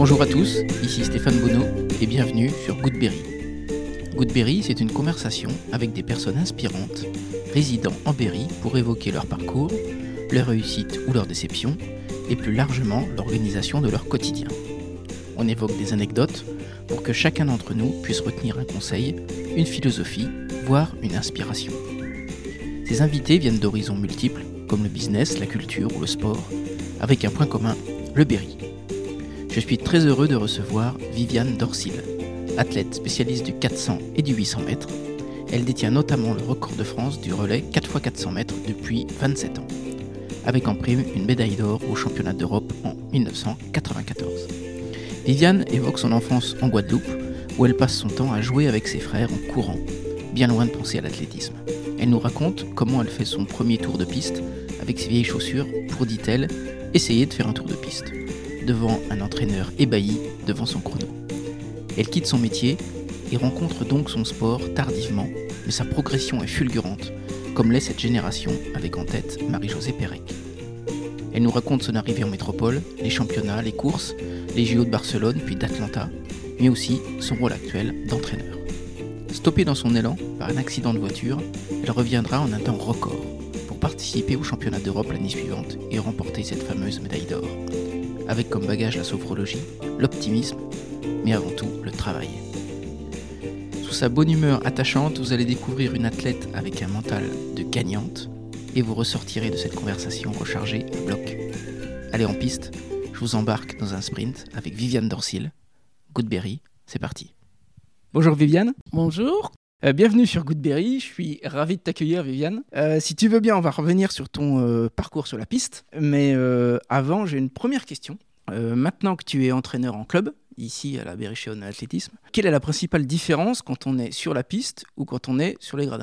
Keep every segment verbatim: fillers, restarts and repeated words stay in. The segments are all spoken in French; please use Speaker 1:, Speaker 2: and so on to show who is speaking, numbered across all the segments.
Speaker 1: Bonjour à tous, ici Stéphane Bonneau et bienvenue sur Goodberry. Goodberry, c'est une conversation avec des personnes inspirantes résidant en Berry pour évoquer leur parcours, leurs réussites ou leurs déceptions et plus largement l'organisation de leur quotidien. On évoque des anecdotes pour que chacun d'entre nous puisse retenir un conseil, une philosophie, voire une inspiration. Ces invités viennent d'horizons multiples comme le business, la culture ou le sport, avec un point commun, le Berry. Je suis très heureux de recevoir Viviane Dorsil, athlète spécialiste du quatre cents et du huit cents mètres. Elle détient notamment le record de France du relais quatre fois quatre cents mètres depuis vingt-sept ans, avec en prime une médaille d'or au championnat d'Europe en dix-neuf cent quatre-vingt-quatorze. Viviane évoque son enfance en Guadeloupe, où elle passe son temps à jouer avec ses frères en courant, bien loin de penser à l'athlétisme. Elle nous raconte comment elle fait son premier tour de piste avec ses vieilles chaussures pour, dit-elle, essayer de faire un tour de piste, devant un entraîneur ébahi devant son chrono. Elle quitte son métier et rencontre donc son sport tardivement, mais sa progression est fulgurante, comme l'est cette génération avec en tête Marie-Josée Pérec. Elle nous raconte son arrivée en métropole, les championnats, les courses, les J O de Barcelone puis d'Atlanta, mais aussi son rôle actuel d'entraîneur. Stoppée dans son élan par un accident de voiture, elle reviendra en un temps record pour participer au championnat d'Europe l'année suivante et remporter cette fameuse médaille d'or, avec comme bagage la sophrologie, l'optimisme, mais avant tout le travail. Sous sa bonne humeur attachante, vous allez découvrir une athlète avec un mental de gagnante et vous ressortirez de cette conversation rechargée à bloc. Allez en piste, je vous embarque dans un sprint avec Viviane Dorsil. Goodberry, c'est parti. Bonjour Viviane.
Speaker 2: Bonjour.
Speaker 1: Euh, bienvenue sur Goodberry, je suis ravi de t'accueillir Viviane. Euh, si tu veux bien, on va revenir sur ton euh, parcours sur la piste, mais euh, avant j'ai une première question. Euh, maintenant que tu es entraîneur en club, ici à la Berrichonne Athlétisme, quelle est la principale différence quand on est sur la piste ou quand on est sur les gradins ?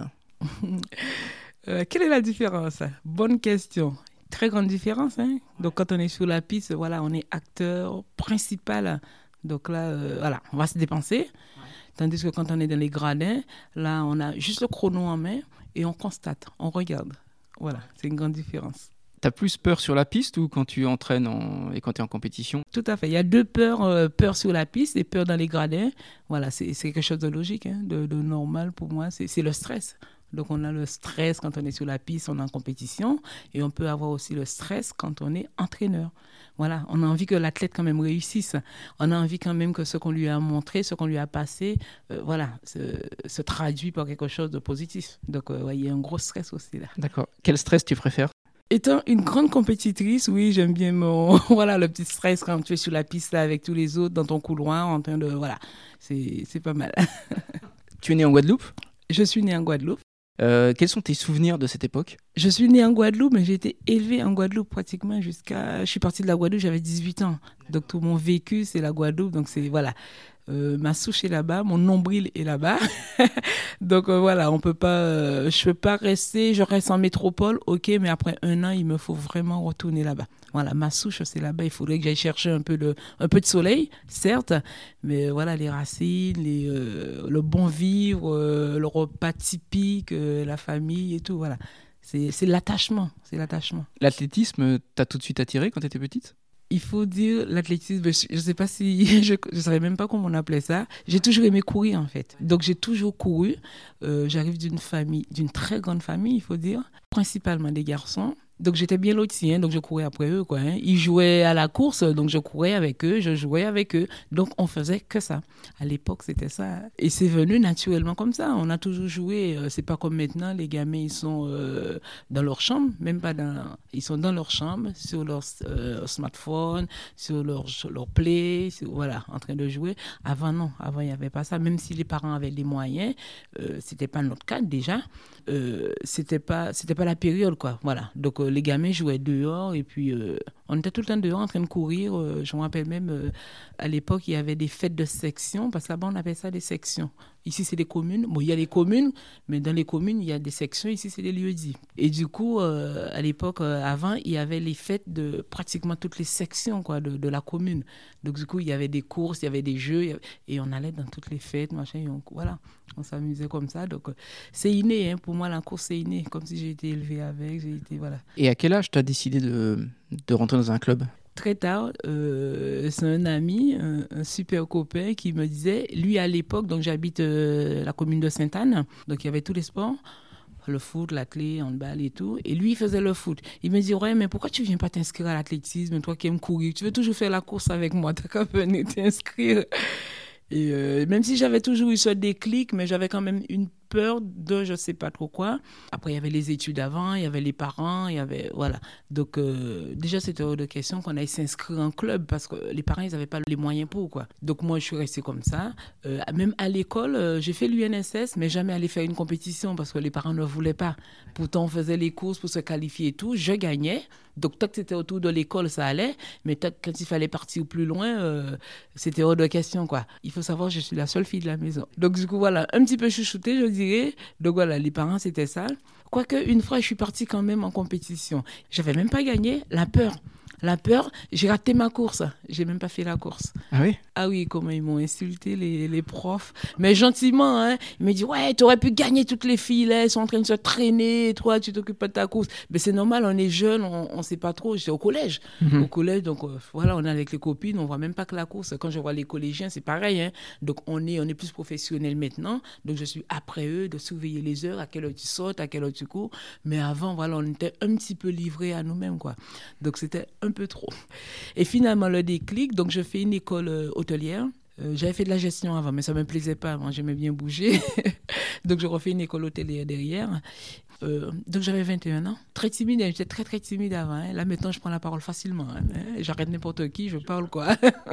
Speaker 2: euh, Quelle est la différence ? Bonne question. Très grande différence. Hein ? Donc quand on est sur la piste, voilà, on est acteur principal. Donc là, euh, voilà, on va se dépenser. Ouais. Tandis que quand on est dans les gradins, là, on a juste le chrono en main et on constate, on regarde. Voilà, c'est une grande différence.
Speaker 1: T'as plus peur sur la piste ou quand tu entraînes en... et quand tu es en compétition ?
Speaker 2: Tout à fait. Il y a deux peurs, euh, peur sur la piste et peur dans les gradins. Voilà, c'est, c'est quelque chose de logique, hein, de, de normal pour moi. C'est, c'est le stress. Donc, on a le stress quand on est sur la piste, on est en compétition. Et on peut avoir aussi le stress quand on est entraîneur. Voilà, on a envie que l'athlète quand même réussisse. On a envie quand même que ce qu'on lui a montré, ce qu'on lui a passé, euh, voilà, se, se traduit par quelque chose de positif. Donc, euh, ouais, il y a un gros stress aussi là.
Speaker 1: D'accord. Quel stress tu préfères ?
Speaker 2: Étant une grande compétitrice, oui, j'aime bien mon, voilà, le petit stress quand tu es sur la piste là, avec tous les autres dans ton couloir, en train de, voilà, c'est, c'est pas mal.
Speaker 1: Tu es né en Guadeloupe ?
Speaker 2: Je suis née en Guadeloupe.
Speaker 1: Euh, quels sont tes souvenirs de cette époque ?
Speaker 2: Je suis née en Guadeloupe, mais j'ai été élevée en Guadeloupe pratiquement jusqu'à... Je suis partie de la Guadeloupe, j'avais dix-huit ans. Donc tout mon vécu, c'est la Guadeloupe. Donc c'est, voilà, euh, ma souche est là-bas, mon nombril est là-bas. Donc euh, voilà, on peut pas... Euh, je peux pas rester, je reste en métropole, ok, mais après un an, il me faut vraiment retourner là-bas. Voilà, ma souche, c'est là-bas. Il faudrait que j'aille chercher un peu de, un peu de soleil, certes, mais voilà, les racines, les, euh, le bon vivre, euh, le repas typique, euh, la famille et tout, voilà. C'est, c'est l'attachement, c'est l'attachement.
Speaker 1: L'athlétisme t'a tout de suite attiré quand tu étais petite ?
Speaker 2: Il faut dire l'athlétisme, je ne sais pas si, je ne savais même pas comment on appelait ça. J'ai toujours aimé courir en fait. Donc j'ai toujours couru. Euh, j'arrive d'une famille, d'une très grande famille, il faut dire, principalement des garçons. Donc j'étais bien lotie, hein, donc je courais après eux, quoi. Hein. Ils jouaient à la course, donc je courais avec eux, je jouais avec eux. Donc on faisait que ça. À l'époque, c'était ça. Et c'est venu naturellement comme ça. On a toujours joué. Euh, c'est pas comme maintenant, les gamins, ils sont euh, dans leur chambre, même pas dans... Ils sont dans leur chambre, sur leur euh, smartphone, sur leur, sur leur play, sur, voilà, en train de jouer. Avant, non. Avant, il n'y avait pas ça. Même si les parents avaient les moyens, euh, c'était pas notre cas déjà. Euh, c'était pas, c'était pas la période, quoi. Voilà. Donc, euh, les gamins jouaient dehors et puis euh, on était tout le temps dehors en train de courir. Euh, je me rappelle même, euh, à l'époque, il y avait des fêtes de section, parce que là-bas, on appelle ça des sections. Ici, c'est des communes. Bon, il y a les communes, mais dans les communes, il y a des sections. Ici, c'est des lieux-dits. Et du coup, euh, à l'époque, euh, avant, il y avait les fêtes de pratiquement toutes les sections, quoi, de, de la commune. Donc, du coup, il y avait des courses, il y avait des jeux, avait... et on allait dans toutes les fêtes, machin, et on, voilà, on s'amusait comme ça. Donc, euh, c'est inné, hein. Pour moi, la course, c'est inné, comme si j'ai été élevée avec, j'ai été, voilà.
Speaker 1: Et à quel âge tu as décidé de, de rentrer dans un club ?
Speaker 2: très tard, euh, c'est un ami, un, un super copain qui me disait, lui à l'époque, donc j'habite euh, la commune de Sainte-Anne, donc il y avait tous les sports, le foot, l'athlé, handball et tout, et lui il faisait le foot. Il me dit, ouais, mais pourquoi tu viens pas t'inscrire à l'athlétisme, toi qui aimes courir, tu veux toujours faire la course avec moi, t'as qu'à venir t'inscrire. Et euh, même si j'avais toujours eu ce déclic, mais j'avais quand même une peur de je sais pas trop quoi. Après, il y avait les études avant, il y avait les parents, il y avait... Voilà. Donc, euh, déjà, c'était hors de question qu'on aille s'inscrire en club parce que les parents, ils n'avaient pas les moyens pour, quoi. Donc, moi, je suis restée comme ça. Euh, même à l'école, euh, j'ai fait l'U N S S, mais jamais aller faire une compétition parce que les parents ne voulaient pas. Pourtant, on faisait les courses pour se qualifier et tout. Je gagnais. Donc, tant que c'était autour de l'école, ça allait. Mais tant, quand il fallait partir plus loin, euh, c'était hors de question, quoi. Il faut savoir, je suis la seule fille de la maison. Donc, du coup, voilà, un petit peu chouchoutée, je dirais. Donc, voilà, les parents, c'était ça. Quoique, une fois, je suis partie quand même en compétition. Je n'avais même pas gagné. La peur. La peur, j'ai raté ma course. J'ai même pas fait la course.
Speaker 1: Ah oui?
Speaker 2: Ah oui, comment ils m'ont insulté, les, les profs. Mais gentiment, hein. Ils me disent, ouais, tu aurais pu gagner toutes les filles, là, elles sont en train de se traîner, toi, tu t'occupes pas de ta course. Mais c'est normal, on est jeunes, on ne sait pas trop. J'étais au collège. Mm-hmm. Au collège, donc euh, voilà, on est avec les copines, on voit même pas que la course. Quand je vois les collégiens, c'est pareil, hein. Donc on est, on est plus professionnels maintenant. Donc je suis après eux, de surveiller les heures, à quelle heure tu sautes, à quelle heure tu cours. Mais avant, voilà, on était un petit peu livrés à nous-mêmes, quoi. Donc c'était un peu trop. Et finalement, le déclic, donc je fais une école euh, hôtelière. Euh, j'avais fait de la gestion avant, mais ça ne me plaisait pas. Moi, j'aimais bien bouger. Donc, je refais une école hôtelière derrière. Euh, donc, j'avais vingt et un ans. Très timide, j'étais très, très timide avant. Hein. Là, maintenant, je prends la parole facilement. Hein. J'arrête n'importe qui, je parle, quoi.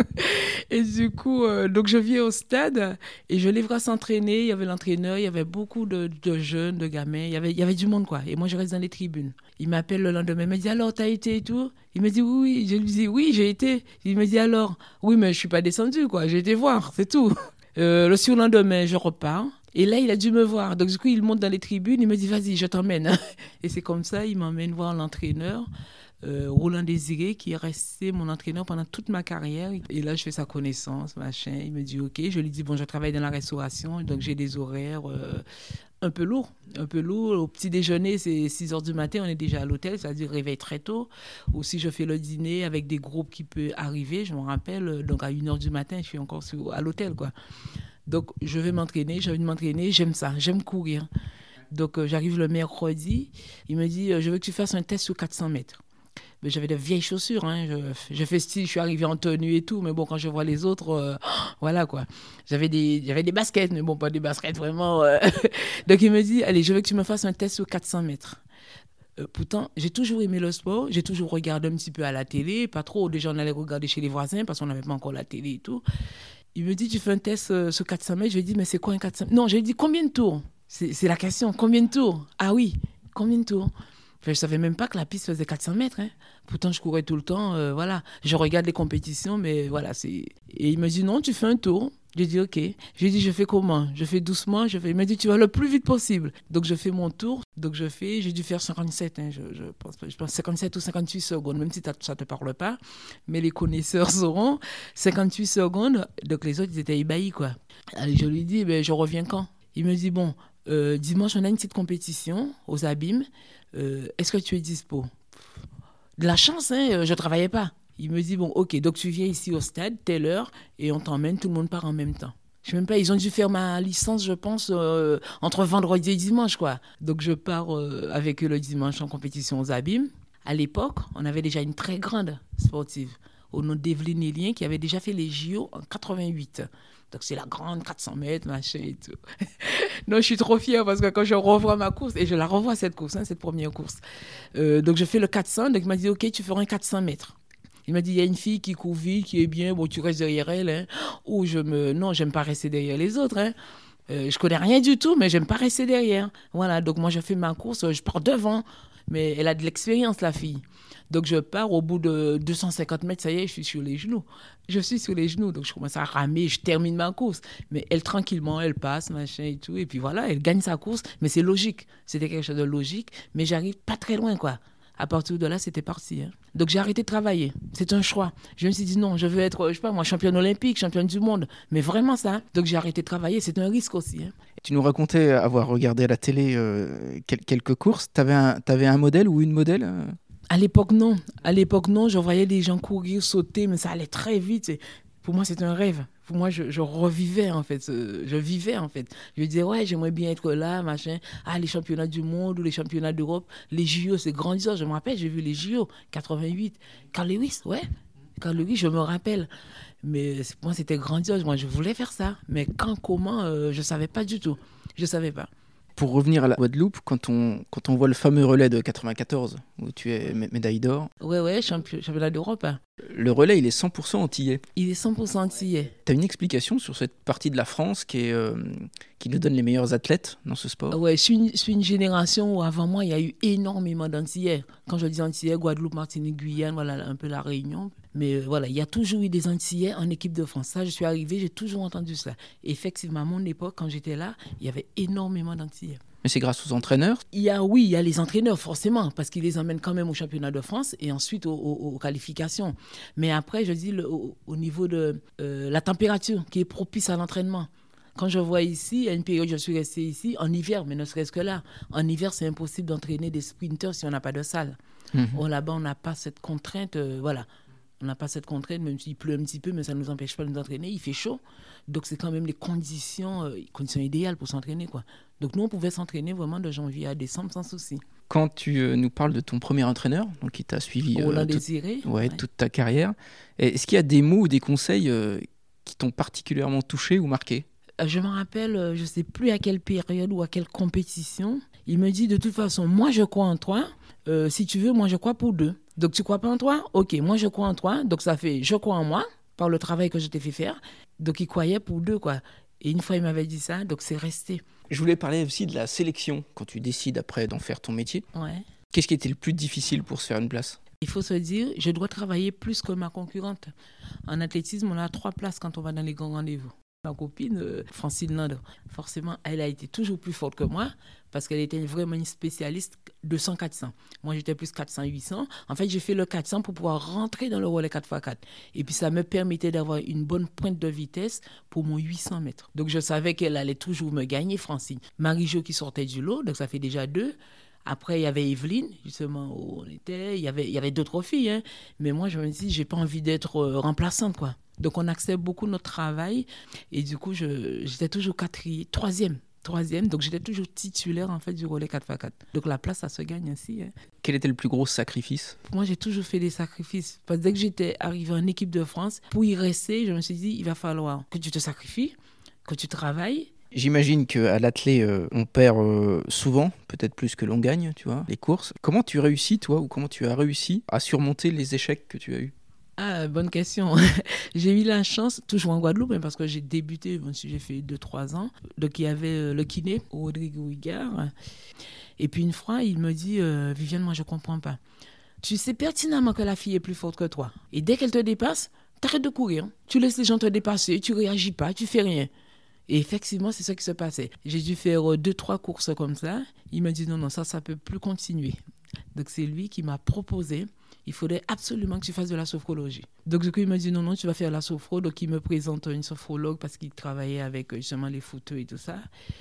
Speaker 2: Et du coup, euh, donc, je viens au stade et je livre à s'entraîner. Il y avait l'entraîneur, il y avait beaucoup de, de jeunes, de gamins. Il y avait, il y avait du monde, quoi. Et moi, je reste dans les tribunes. Il m'appelle le lendemain, il me dit, alors, t'as été et tout? Il me dit, oui, oui. Je lui dis, oui, j'ai été. Il me dit, alors? Oui, mais je ne suis pas descendue, quoi. J'ai été voir, c'est tout. Euh, le surlendemain, je repars. Et là, il a dû me voir. Donc, du coup, il monte dans les tribunes. Il me dit, vas-y, je t'emmène. Et c'est comme ça, il m'emmène voir l'entraîneur, euh, Roland Désiré, qui est resté mon entraîneur pendant toute ma carrière. Et là, je fais sa connaissance, machin. Il me dit, OK. Je lui dis, bon, je travaille dans la restauration. Donc, j'ai des horaires euh, un peu lourds. Un peu lourd. Au petit déjeuner, c'est six heures du matin. On est déjà à l'hôtel. C'est-à-dire, réveil très tôt. Aussi, je fais le dîner avec des groupes qui peuvent arriver. Je me rappelle, donc à une heure du matin, je suis encore sur, à l'hôtel, quoi. Donc, je vais m'entraîner, j'ai envie de m'entraîner, j'aime ça, j'aime courir. Donc, euh, j'arrive le mercredi, il me dit, euh, je veux que tu fasses un test sur quatre cents mètres. Mais j'avais de vieilles chaussures, hein. je, je fais style, je suis arrivée en tenue et tout, mais bon, quand je vois les autres, euh, voilà quoi. J'avais des, j'avais des baskets, mais bon, pas des baskets vraiment. Euh. Donc, il me dit, allez, je veux que tu me fasses un test sur quatre cents mètres. Euh, pourtant, j'ai toujours aimé le sport, j'ai toujours regardé un petit peu à la télé, pas trop, déjà on allait regarder chez les voisins parce qu'on n'avait pas encore la télé et tout. Il me dit, tu fais un test euh, sur quatre cents mètres. Je lui ai dit, mais c'est quoi un quatre cents mètres? Non, je lui ai dit, combien de tours? C'est, c'est la question, combien de tours? Ah oui, combien de tours? Enfin, je ne savais même pas que la piste faisait quatre cents mètres. Hein. Pourtant, je courais tout le temps, euh, voilà. Je regarde les compétitions, mais voilà. C'est... Et il me dit, non, tu fais un tour. J'ai dit, OK. J'ai dit, je fais comment? Je fais doucement. Je fais... Il m'a dit, tu vas le plus vite possible. Donc, je fais mon tour. Donc, je fais, j'ai dû faire cinquante-sept, hein. je, je, pense, je pense cinquante-sept ou cinquante-huit secondes, même si ça ne te parle pas. Mais les connaisseurs sauront, cinquante-huit secondes. Donc, les autres, ils étaient ébahis, quoi. Alors, je lui dis, ben, je reviens quand? Il me dit, bon, euh, dimanche, on a une petite compétition aux Abîmes. Euh, est-ce que tu es dispo? De la chance, hein, je ne travaillais pas. Il me dit, bon, OK, donc tu viens ici au stade, telle heure, et on t'emmène, tout le monde part en même temps. Je sais même pas, ils ont dû faire ma licence, je pense, euh, entre vendredi et dimanche, quoi. Donc, je pars euh, avec eux le dimanche en compétition aux Abîmes. À l'époque, on avait déjà une très grande sportive, au nom d'Evelyne Élien, qui avait déjà fait les J O en quatre-vingt-huit. Donc, c'est la grande quatre cents mètres, machin et tout. Non, je suis trop fière parce que quand je revois ma course, et je la revois cette course, hein, cette première course. Euh, donc, je fais le quatre cents, donc il m'a dit, OK, tu feras un quatre cents mètres. Il m'a dit, il y a une fille qui court vite, qui est bien, bon, tu restes derrière elle. Hein. Ou je me... Non, j'aime pas rester derrière les autres. Hein. Euh, je connais rien du tout, mais j'aime pas rester derrière. Voilà, donc moi, je fais ma course, je pars devant. Mais elle a de l'expérience, la fille. Donc, je pars au bout de deux cent cinquante mètres, ça y est, je suis sur les genoux. Je suis sur les genoux, donc je commence à ramer, je termine ma course. Mais elle, tranquillement, elle passe, machin et tout. Et puis voilà, elle gagne sa course. Mais c'est logique. C'était quelque chose de logique. Mais j'arrive pas très loin, quoi. À partir de là, c'était parti. Hein. Donc, j'ai arrêté de travailler. C'est un choix. Je me suis dit, non, je veux être, je sais pas moi, championne olympique, championne du monde. Mais vraiment ça. Donc, j'ai arrêté de travailler. C'est un risque aussi. Hein.
Speaker 1: Tu nous racontais avoir regardé à la télé euh, quel- quelques courses. Tu avais un, t'avais un modèle ou une modèle euh
Speaker 2: À l'époque, non. À l'époque, non. Je voyais des gens courir, sauter, mais ça allait très vite. Et pour moi, c'était un rêve. Pour moi, je, je revivais, en fait. Je vivais, en fait. Je disais, ouais, j'aimerais bien être là, machin. Ah, les championnats du monde ou les championnats d'Europe. Les J O, c'est grandiose. Je me rappelle, j'ai vu les J O, quatre-vingt-huit. Carl Lewis, ouais. Carl Lewis, je me rappelle. Mais pour moi, c'était grandiose. Moi, je voulais faire ça. Mais quand, comment, euh, je ne savais pas du tout. Je ne savais pas.
Speaker 1: Pour revenir à la Guadeloupe, quand on, quand on voit le fameux relais de quatre-vingt-quatorze, où tu es mé- médaille d'or,
Speaker 2: Ouais, ouais, champi- championnat d'Europe. Hein.
Speaker 1: le relais, il est cent pour cent antillais.
Speaker 2: Il est cent pour cent antillais.
Speaker 1: Tu as une explication sur cette partie de la France qui, est, euh, qui nous donne les meilleurs athlètes dans ce sport?
Speaker 2: Ouais, je suis une, je suis une génération où avant moi, il y a eu énormément d'antillais. Quand je dis antillais, Guadeloupe, Martinique, Guyane, voilà, un peu la Réunion. Mais euh, voilà, il y a toujours eu des antillais en équipe de France. Ça, je suis arrivée, j'ai toujours entendu ça. Effectivement, à mon époque, quand j'étais là, il y avait énormément d'antillais.
Speaker 1: Mais c'est grâce aux entraîneurs?
Speaker 2: Il y a, oui, il y a les entraîneurs, forcément, parce qu'ils les emmènent quand même au championnat de France et ensuite aux, aux, aux qualifications. Mais après, je dis, le, au, au niveau de euh, la température qui est propice à l'entraînement. Quand je vois ici, à une période, je suis restée ici, en hiver, mais ne serait-ce que là. En hiver, c'est impossible d'entraîner des sprinters si on n'a pas de salle. Mm-hmm. Or, là-bas, on n'a pas cette contrainte, euh, voilà. On n'a pas cette contrainte, même s'il pleut un petit peu, mais ça ne nous empêche pas de nous entraîner. Il fait chaud. Donc, c'est quand même les conditions, euh, conditions idéales pour s'entraîner, quoi. Donc, nous, on pouvait s'entraîner vraiment de janvier à décembre sans souci.
Speaker 1: Quand tu euh, nous parles de ton premier entraîneur, donc qui t'a suivi
Speaker 2: Roland
Speaker 1: euh,
Speaker 2: Désiré,
Speaker 1: tout, ouais,
Speaker 2: ouais.
Speaker 1: toute ta carrière, est-ce qu'il y a des mots ou des conseils euh, qui t'ont particulièrement touché ou marqué?
Speaker 2: Je me rappelle, je ne sais plus à quelle période ou à quelle compétition, il me dit de toute façon, moi je crois en toi, euh, si tu veux, moi je crois pour deux. Donc tu ne crois pas en toi? Ok, moi je crois en toi, donc ça fait je crois en moi, par le travail que je t'ai fait faire. Donc il croyait pour deux, quoi. Et une fois il m'avait dit ça, donc c'est resté.
Speaker 1: Je voulais parler aussi de la sélection, quand tu décides après d'en faire ton métier.
Speaker 2: Ouais.
Speaker 1: Qu'est-ce qui était le plus difficile pour se faire une place?
Speaker 2: Il faut se dire, je dois travailler plus que ma concurrente. En athlétisme, on a trois places quand on va dans les grands rendez-vous. Ma copine, euh, Francine Land, forcément, elle a été toujours plus forte que moi parce qu'elle était vraiment une spécialiste deux cents quatre cents. Moi, j'étais plus quatre cents huit cents. En fait, j'ai fait le quatre cents pour pouvoir rentrer dans le relais quatre par quatre. Et puis, ça me permettait d'avoir une bonne pointe de vitesse pour mon huit cents mètres. Donc, je savais qu'elle allait toujours me gagner, Francine. Marie-Jo qui sortait du lot, donc ça fait déjà deux. Après, il y avait Evelyne, justement, où on était. Il y avait, il y avait d'autres filles, hein. Mais moi, je me dis, j'ai pas envie d'être euh, remplaçante, quoi. Donc, on accepte beaucoup notre travail. Et du coup, je, j'étais toujours quatrième, troisième. Troisième, donc j'étais toujours titulaire, en fait, du relais quatre par quatre. Donc, la place, ça se gagne ainsi, hein.
Speaker 1: Quel était le plus gros sacrifice?
Speaker 2: Moi, j'ai toujours fait des sacrifices. Parce que dès que j'étais arrivée en équipe de France, pour y rester, je me suis dit, il va falloir que tu te sacrifies, que tu travailles.
Speaker 1: J'imagine qu'à l'athlé, euh, on perd euh, souvent, peut-être plus que l'on gagne, tu vois, les courses. Comment tu réussis, toi, ou comment tu as réussi à surmonter les échecs que tu as eus?
Speaker 2: Ah, bonne question. J'ai eu la chance, toujours en Guadeloupe, hein, parce que j'ai débuté, bon, j'ai fait deux trois ans. Donc, il y avait euh, le kiné, Rodrigo Higard. Et puis, une fois, il me dit, euh, Viviane, moi, je ne comprends pas. Tu sais pertinemment que la fille est plus forte que toi. Et dès qu'elle te dépasse, t'arrêtes de courir. Tu laisses les gens te dépasser, tu ne réagis pas, tu fais rien. Et effectivement, c'est ça qui se passait. J'ai dû faire deux, trois courses comme ça. Il m'a dit non, non, ça, ça ne peut plus continuer. Donc, c'est lui qui m'a proposé, il faudrait absolument que tu fasses de la sophrologie. Donc, du coup, il m'a dit non, non, tu vas faire la sophro. Donc, il me présente une sophrologue parce qu'il travaillait avec justement les footeux et tout ça.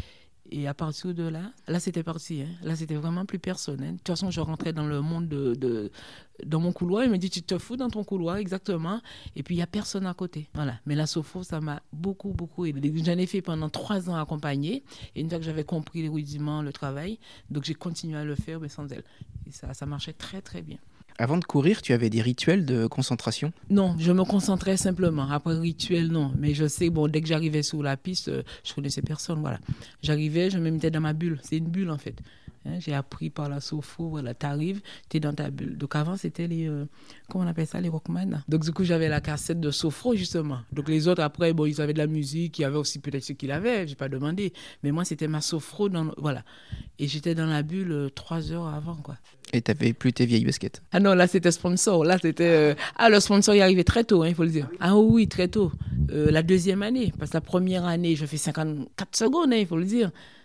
Speaker 2: Et à partir de là, là, c'était parti. Hein. Là, c'était vraiment plus personnel. De toute façon, je rentrais dans le monde de, de, dans mon couloir. Il m'a dit, tu te fous dans ton couloir, exactement. Et puis, il n'y a personne à côté. Voilà. Mais la sophro, ça m'a beaucoup, beaucoup aidé. J'en ai fait pendant trois ans accompagné. Et une fois que j'avais compris les rudiments, le travail, donc j'ai continué à le faire, mais sans elle. Et ça, ça marchait très, très bien.
Speaker 1: Avant de courir, tu avais des rituels de concentration?
Speaker 2: Non, je me concentrais simplement. Après, rituel, non. Mais je sais, bon, dès que j'arrivais sur la piste, euh, je connaissais personne, voilà. J'arrivais, je me mettais dans ma bulle. C'est une bulle, en fait. Hein, j'ai appris par la sophro, voilà, t'arrives, t'es dans ta bulle. Donc avant, c'était les, euh, comment on appelle ça, les rockman. Donc du coup, j'avais la cassette de sophro, justement. Donc les autres, après, bon, ils avaient de la musique, il y avait aussi peut-être ce qu'ils avaient, j'ai pas demandé. Mais moi, c'était ma sophro, dans, voilà. Et j'étais dans la bulle euh, trois heures avant, quoi.
Speaker 1: Et t'avais plus tes vieilles baskets?
Speaker 2: Ah non, là, c'était sponsor. Là, c'était... Euh... Ah, le sponsor, il arrivait très tôt, il hein, faut le dire. Ah oui, très tôt. Euh, la deuxième année. Parce que la première année, je fais cinquante-quatre secondes, il hein, faut le dire.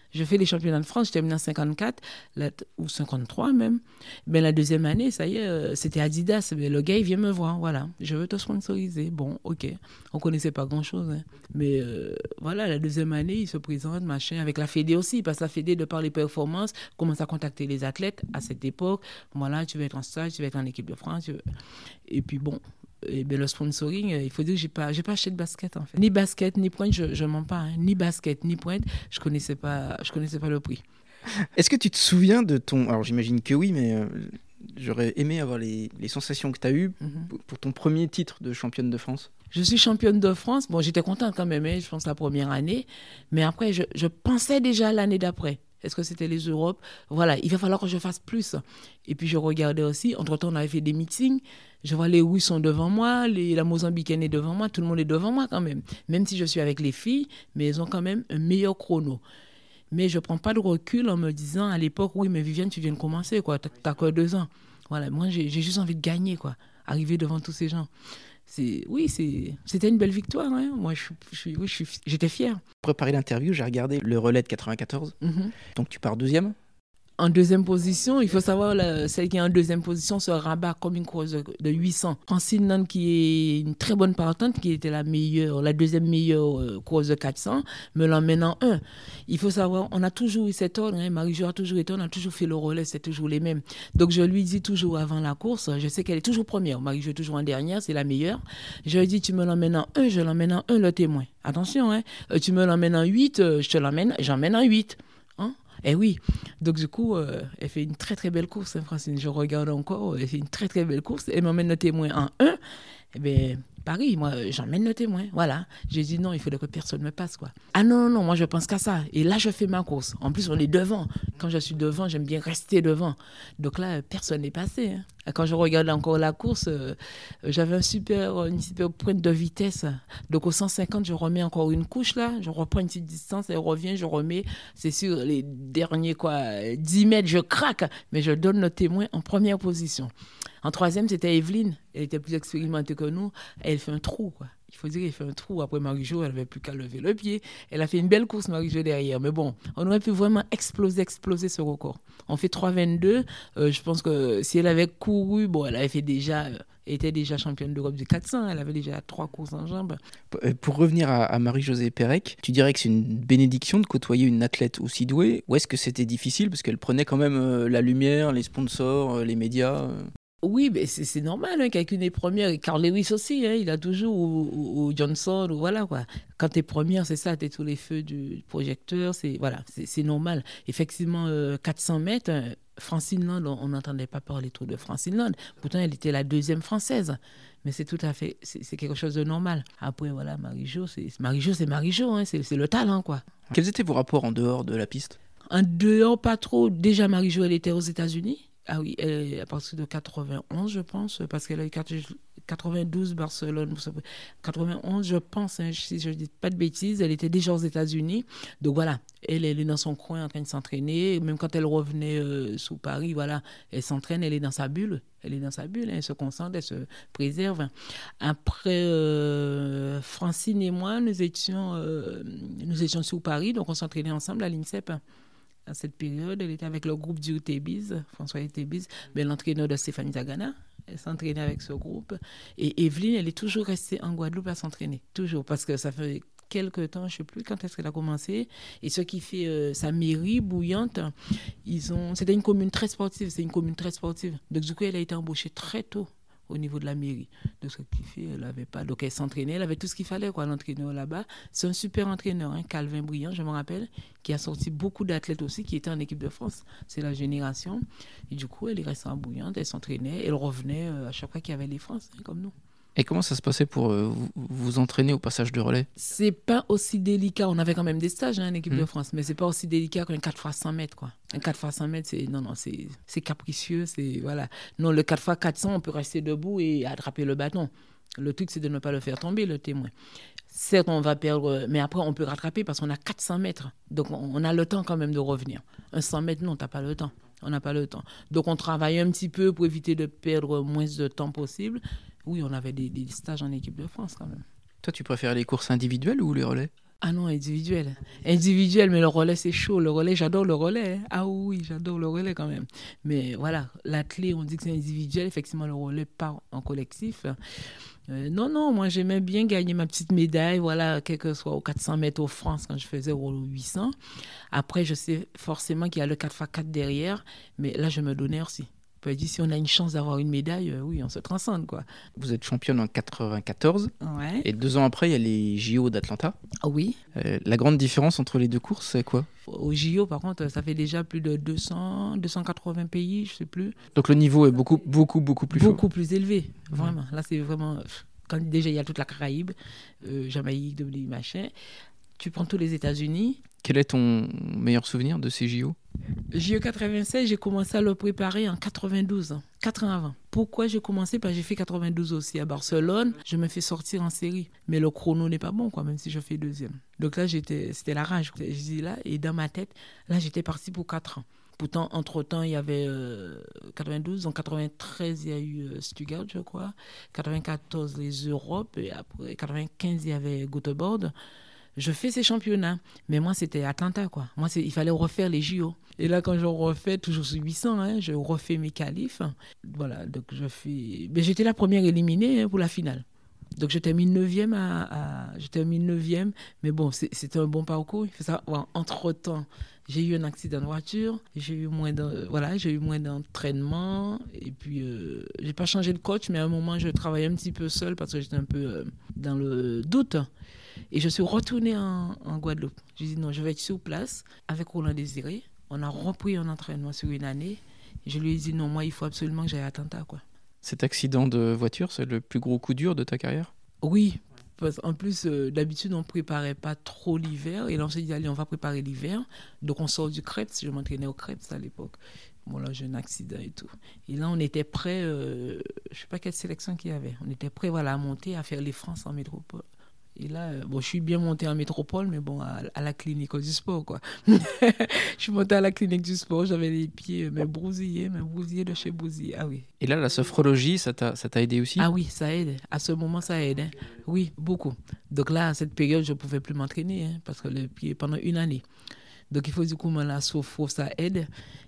Speaker 2: Je fais les championnats de France, je termine en cinquante-quatre, la, ou cinquante-trois même. Ben, la deuxième année, ça y est, euh, c'était Adidas. Ben, le gars, il vient me voir, voilà, je veux te sponsoriser. Bon, ok, on ne connaissait pas grand-chose. Hein. Mais euh, voilà, la deuxième année, il se présente, machin, avec la Fédé aussi, parce que la Fédé, de par les performances, commence à contacter les athlètes à cette époque. Voilà, tu vas être en stage, tu vas être en équipe de France. Tu veux... Et puis bon... Et ben le sponsoring, il faut dire que j'ai pas, j'ai pas acheté de basket en fait. Ni basket, ni pointe, je, je mens pas. Hein. Ni basket, ni pointe, je connaissais pas, je connaissais pas le prix.
Speaker 1: Est-ce que tu te souviens de ton... Alors j'imagine que oui, mais euh, j'aurais aimé avoir les, les sensations que tu as eues mm-hmm. pour, pour ton premier titre de championne de France.
Speaker 2: Je suis championne de France. Bon, j'étais contente quand même, hein, je pense la première année. Mais après, je, je pensais déjà à l'année d'après. Est-ce que c'était les Europes? Voilà, il va falloir que je fasse plus. Et puis je regardais aussi, entre-temps on avait fait des meetings, je vois les Russes sont devant moi, les, la Mozambicaine est devant moi, tout le monde est devant moi quand même. Même si je suis avec les filles, mais elles ont quand même un meilleur chrono. Mais je ne prends pas de recul en me disant à l'époque, oui mais Viviane tu viens de commencer, quoi, t'as, t'as quoi deux ans. Voilà, moi j'ai, j'ai juste envie de gagner, quoi, arriver devant tous ces gens. C'est, oui, c'est, c'était une belle victoire. Hein. Moi, je, je, oui, je, j'étais fière.
Speaker 1: Pour préparer l'interview, j'ai regardé le relais de quatre-vingt-quatorze. Mm-hmm. Donc, tu pars deuxième.
Speaker 2: En deuxième position, il faut savoir, la, celle qui est en deuxième position se rabat comme une course de, de huit cents. Francine Nan, qui est une très bonne partante, qui était la meilleure, la deuxième meilleure euh, course de quatre cents, me l'emmène en un. Il faut savoir, on a toujours eu cet ordre, hein, Marie-Jo a toujours été, on a toujours fait le relais, c'est toujours les mêmes. Donc je lui dis toujours avant la course, je sais qu'elle est toujours première, Marie-Jo est toujours en dernière, c'est la meilleure. Je lui dis, tu me l'emmènes en un, je l'emmène en un, le témoin. Attention, hein, tu me l'emmènes en huit, euh, je te l'emmène, j'emmène en huit. Hein? Eh oui, donc du coup, euh, elle fait une très très belle course, hein, Francine. Je regarde encore, elle fait une très très belle course. Elle m'emmène le témoin en un. Eh bien, Paris, moi, j'emmène le témoin. Voilà. J'ai dit non, il faudrait que personne me passe, quoi. Ah non, non, non, moi je pense qu'à ça. Et là, je fais ma course. En plus, on est devant. Quand je suis devant, j'aime bien rester devant. Donc là, personne n'est passé. Hein. Quand je regarde encore la course, euh, j'avais un super, une super pointe de vitesse. Donc au cent cinquante, je remets encore une couche là. Je reprends une petite distance, elle revient, je remets. C'est sûr, les derniers quoi, dix mètres, je craque. Mais je donne le témoin en première position. En troisième, c'était Evelyne. Elle était plus expérimentée que nous. Elle fait un trou, quoi. Il faut dire qu'elle fait un trou. Après Marie-Jo, elle n'avait plus qu'à lever le pied. Elle a fait une belle course, Marie-Jo, derrière. Mais bon, on aurait pu vraiment exploser, exploser ce record. On fait trois vingt-deux. Euh, je pense que si elle avait couru, bon, elle avait fait déjà... Euh, elle était déjà championne d'Europe du quatre cents. Elle avait déjà trois courses en jambes.
Speaker 1: Pour revenir à, à Marie-Josée Pérec, tu dirais que c'est une bénédiction de côtoyer une athlète aussi douée? Ou est-ce que c'était difficile parce qu'elle prenait quand même euh, la lumière, les sponsors, euh, les médias euh...
Speaker 2: Oui, mais c'est, c'est normal, hein, quelqu'un est première. Et Carl Lewis aussi, hein, il a toujours, ou, ou, ou Johnson, ou voilà quoi. Quand t'es première, c'est ça, t'es sous les feux du projecteur, c'est, voilà, c'est, c'est normal. Effectivement, euh, quatre cents mètres, euh, Francine Land, on n'entendait pas parler trop de Francine Land. Pourtant, elle était la deuxième française. Mais c'est tout à fait, c'est, c'est quelque chose de normal. Après, voilà, Marie-Jo, c'est Marie-Jo, c'est Marie-Jo, hein, c'est, c'est le talent, quoi.
Speaker 1: Quels étaient vos rapports en dehors de la piste?
Speaker 2: En dehors, pas trop. Déjà, Marie-Jo, elle était aux États-Unis. Ah oui, elle, à partir de quatre-vingt-onze, je pense, parce qu'elle a eu quatre-vingt-douze, Barcelone, quatre-vingt-onze, je pense, hein, si je ne dis pas de bêtises, elle était déjà aux États-Unis. Donc voilà, elle, elle est dans son coin en train de s'entraîner. Même quand elle revenait euh, sous Paris, voilà, elle s'entraîne, elle est dans sa bulle. Elle est dans sa bulle, hein, elle se concentre, elle se préserve. Après, euh, Francine et moi, nous étions, euh, nous étions sous Paris, donc on s'entraînait ensemble à l'INSEP. À cette période, elle était avec le groupe du Tébiz, François Tébiz, mais l'entraîneur de Stéphanie Zagana. Elle s'entraînait avec ce groupe. Et Evelyne, elle est toujours restée en Guadeloupe à s'entraîner. Toujours, parce que ça fait quelques temps, je ne sais plus quand est-ce qu'elle a commencé. Et ce qui fait euh, sa mairie bouillante, ils ont... c'était une commune très sportive. C'est une commune très sportive. Donc, du coup, elle a été embauchée très tôt au niveau de la mairie. De ce qui fait, elle avait pas. Donc, elle s'entraînait, elle avait tout ce qu'il fallait, quoi, l'entraîneur là-bas. C'est un super entraîneur, hein, Calvin Briand, je me rappelle, qui a sorti beaucoup d'athlètes aussi, qui étaient en équipe de France. C'est la génération. Et du coup, elle est restée en bouillante, elle s'entraînait, elle revenait euh, à chaque fois qu'il y avait les France, hein, comme nous.
Speaker 1: Et comment ça se passait pour euh, vous, vous entraîner au passage de relais? C'est
Speaker 2: pas aussi délicat. On avait quand même des stages hein, en équipe mmh. de France, mais c'est pas aussi délicat qu'un quatre fois cent mètres, quoi. Un quatre fois cent mètres, c'est non non, c'est c'est capricieux, c'est voilà. Non, le quatre fois quatre cents, on peut rester debout et attraper le bâton. Le truc, c'est de ne pas le faire tomber, le témoin. Certes, on va perdre, mais après, on peut rattraper parce qu'on a quatre cents mètres. Donc, on a le temps quand même de revenir. Un cent mètres, non, t'as pas le temps. On n'a pas le temps. Donc, on travaille un petit peu pour éviter de perdre moins de temps possible. Oui, on avait des, des stages en équipe de France quand même.
Speaker 1: Toi, tu préfères les courses individuelles ou les relais?
Speaker 2: Ah non, individuel. Individuel, mais le relais, c'est chaud. Le relais, j'adore le relais. Hein. Ah oui, j'adore le relais quand même. Mais voilà, l'athlète, on dit que c'est individuel. Effectivement, le relais part en collectif. Euh, non, non, moi, j'aimais bien gagner ma petite médaille, voilà, quel que soit aux quatre cents mètres aux France quand je faisais au huit cents. Après, je sais forcément qu'il y a le quatre par quatre derrière, mais là, je me donnais aussi. On peut dire, si on a une chance d'avoir une médaille, euh, oui, on se transcende, quoi.
Speaker 1: Vous êtes championne en quatre-vingt-quatorze,
Speaker 2: Ouais.
Speaker 1: et deux ans après, il y a les J O d'Atlanta.
Speaker 2: Ah oui.
Speaker 1: Euh, la grande différence entre les deux courses, c'est quoi ?
Speaker 2: Au J O, par contre, ça fait déjà plus de deux cents, deux cent quatre-vingts pays, je sais plus.
Speaker 1: Donc le niveau est beaucoup, beaucoup, beaucoup plus
Speaker 2: Beaucoup
Speaker 1: chaud.
Speaker 2: plus élevé, vraiment. Là, c'est vraiment... Quand déjà, il y a toute la Caraïbe, euh, Jamaïque, Dominique, machin. Tu prends tous les États-Unis.
Speaker 1: Quel est ton meilleur souvenir de ces J O ?
Speaker 2: J O quatre-vingt-seize, j'ai commencé à le préparer en quatre-vingt-douze, quatre ans avant. Pourquoi j'ai commencé ? Parce que j'ai fait quatre-vingt-douze aussi à Barcelone. Je me fais sortir en série. Mais le chrono n'est pas bon, quoi, même si je fais deuxième. Donc là, j'étais, c'était la rage. Je dis là, et dans ma tête, là, j'étais partie pour quatre ans. Pourtant, entre-temps, il y avait euh, quatre-vingt-douze, en quatre-vingt-treize, il y a eu euh, Stuttgart, je crois. quatre-vingt-quatorze, les Europes. Et après, quatre-vingt-quinze, il y avait Göteborg. Je fais ces championnats, mais moi, c'était Atlanta, quoi. Moi, c'est, il fallait refaire les J O. Et là, quand je refais, toujours sur huit cents, hein, je refais mes qualifs. Voilà, donc je fais... Mais j'étais la première éliminée hein, pour la finale. Donc, je termine neuvième, à, à... je termine neuvième, mais bon, c'est, c'était un bon parcours. Il faut savoir, entre-temps, j'ai eu un accident de voiture, j'ai eu moins, de... voilà, j'ai eu moins d'entraînement, et puis, euh, j'ai pas changé de coach, mais à un moment, je travaillais un petit peu seule parce que j'étais un peu euh, dans le doute. Et je suis retournée en, en Guadeloupe. Je dis non, je vais être sur place avec Roland Désiré. On a repris un entraînement sur une année. Et je lui ai dit non, moi, il faut absolument que j'aille à Atlanta, quoi.
Speaker 1: Cet accident de voiture, c'est le plus gros coup dur de ta carrière ?
Speaker 2: Oui, parce qu'en plus, euh, d'habitude, on ne préparait pas trop l'hiver. Et là, on s'est dit, allez, on va préparer l'hiver. Donc, on sort du Krebs. Je m'entraînais au Krebs à l'époque. Bon, là, j'ai un accident et tout. Et là, on était prêts, euh, je ne sais pas quelle sélection qu'il y avait. On était prêts, voilà, à monter, à faire les France en métropole. Et là, bon, je suis bien montée en métropole, mais bon, à, à la clinique du sport, quoi. Je suis montée à la clinique du sport, j'avais les pieds, mais bousillés, mais bousillés de chez bousillés. Ah oui.
Speaker 1: Et là, la sophrologie, ça t'a, ça t'a aidé aussi ?
Speaker 2: Ah oui, ça aide. À ce moment, ça aide. Hein. Oui, beaucoup. Donc là, à cette période, je ne pouvais plus m'entraîner, hein, parce que les pieds, pendant une année. Donc il faut du coup, la sophro, ça aide.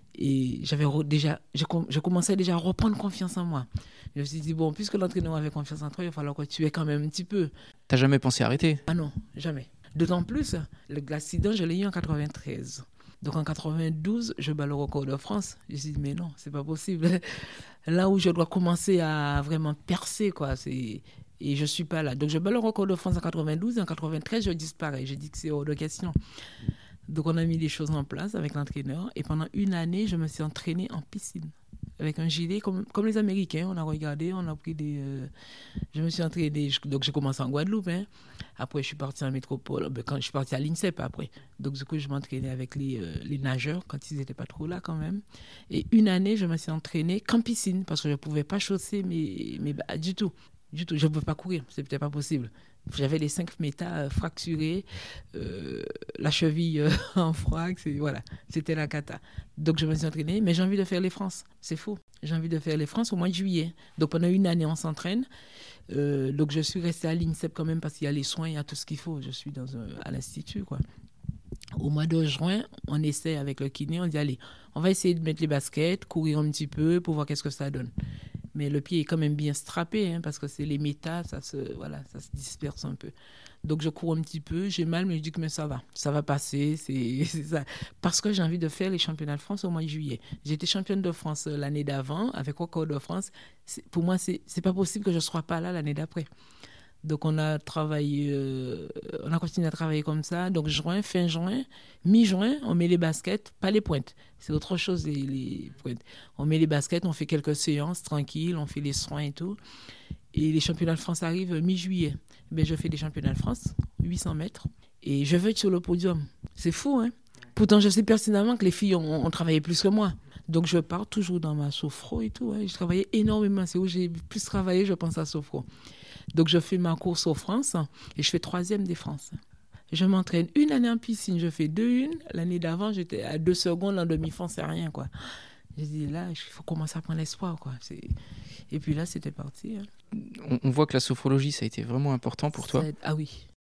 Speaker 2: Et j'avais re- déjà, je, com- je commençais déjà à reprendre confiance en moi. Je me suis dit, bon, puisque l'entraîneur avait confiance en toi, il va falloir que tu aies quand même un petit peu.
Speaker 1: T'as jamais pensé arrêter ?
Speaker 2: Ah non, jamais. D'autant plus, le, l'accident, je l'ai eu en quatre-vingt-treize. Donc en quatre-vingt-douze, je bats le record de France. Je me suis dit, mais non, c'est pas possible. Là où je dois commencer à vraiment percer, quoi, c'est... Et je suis pas là. Donc je bats le record de France en quatre-vingt-douze et en quatre-vingt-treize, je disparais. J'ai dit que c'est hors de question. Donc, on a mis les choses en place avec l'entraîneur. Et pendant une année, je me suis entraînée en piscine. Avec un gilet, comme, comme les Américains. On a regardé, on a pris des... Euh, je me suis entraînée... Je, donc, j'ai commencé en Guadeloupe. Hein. Après, je suis partie en métropole. Ben, quand je suis partie à l'INSEP après. Donc, du coup, je m'entraînais avec les, euh, les nageurs, quand ils n'étaient pas trop là, quand même. Et une année, je me suis entraînée qu'en piscine. Parce que je ne pouvais pas chausser mes, mes bas du tout. Du tout. Je ne pouvais pas courir. Ce n'était pas possible. J'avais les cinq métas fracturés, euh, la cheville euh, en frac, c'est, voilà, c'était la cata. Donc je me suis entraînée, mais j'ai envie de faire les France, c'est faux. J'ai envie de faire les France au mois de juillet. Donc pendant une année, on s'entraîne. Euh, donc je suis restée à l'INSEP quand même parce qu'il y a les soins, il y a tout ce qu'il faut. Je suis dans un, à l'institut, quoi. Au mois de juin, on essaie avec le kiné, on dit allez, on va essayer de mettre les baskets, courir un petit peu pour voir qu'est-ce que ça donne. Mais le pied est quand même bien strappé, hein, parce que c'est les métas, ça se, voilà, ça se disperse un peu. Donc je cours un petit peu, j'ai mal, mais je dis que mais ça va, ça va passer, c'est, c'est ça. Parce que j'ai envie de faire les championnats de France au mois de juillet. J'ai été championne de France l'année d'avant, avec record de France. C'est, pour moi, c'est, c'est pas possible que je ne sois pas là l'année d'après. Donc on a travaillé, euh, on a continué à travailler comme ça. Donc juin, fin juin, mi-juin, on met les baskets, pas les pointes. C'est autre chose les, les pointes. On met les baskets, on fait quelques séances tranquilles, on fait les soins et tout. Et les championnats de France arrivent mi-juillet. Ben, je fais des championnats de France, huit cents mètres, et je veux être sur le podium. C'est fou, hein? Pourtant, je sais pertinemment que les filles ont, ont travaillé plus que moi. Donc je pars toujours dans ma sophro et tout. Hein. Je travaillais énormément. C'est où j'ai plus travaillé, je pense à sophro. Donc, je fais ma course aux France et je fais troisième des France. Je m'entraîne une année en piscine, je fais deux une. L'année d'avant, j'étais à deux secondes en demi-fond, c'est rien, quoi. J'ai dit, là, il faut commencer à prendre l'espoir, quoi. C'est... Et puis là, c'était parti. Hein.
Speaker 1: On, on voit que la sophrologie, ça a été vraiment important pour toi.
Speaker 2: Ça... Ah oui.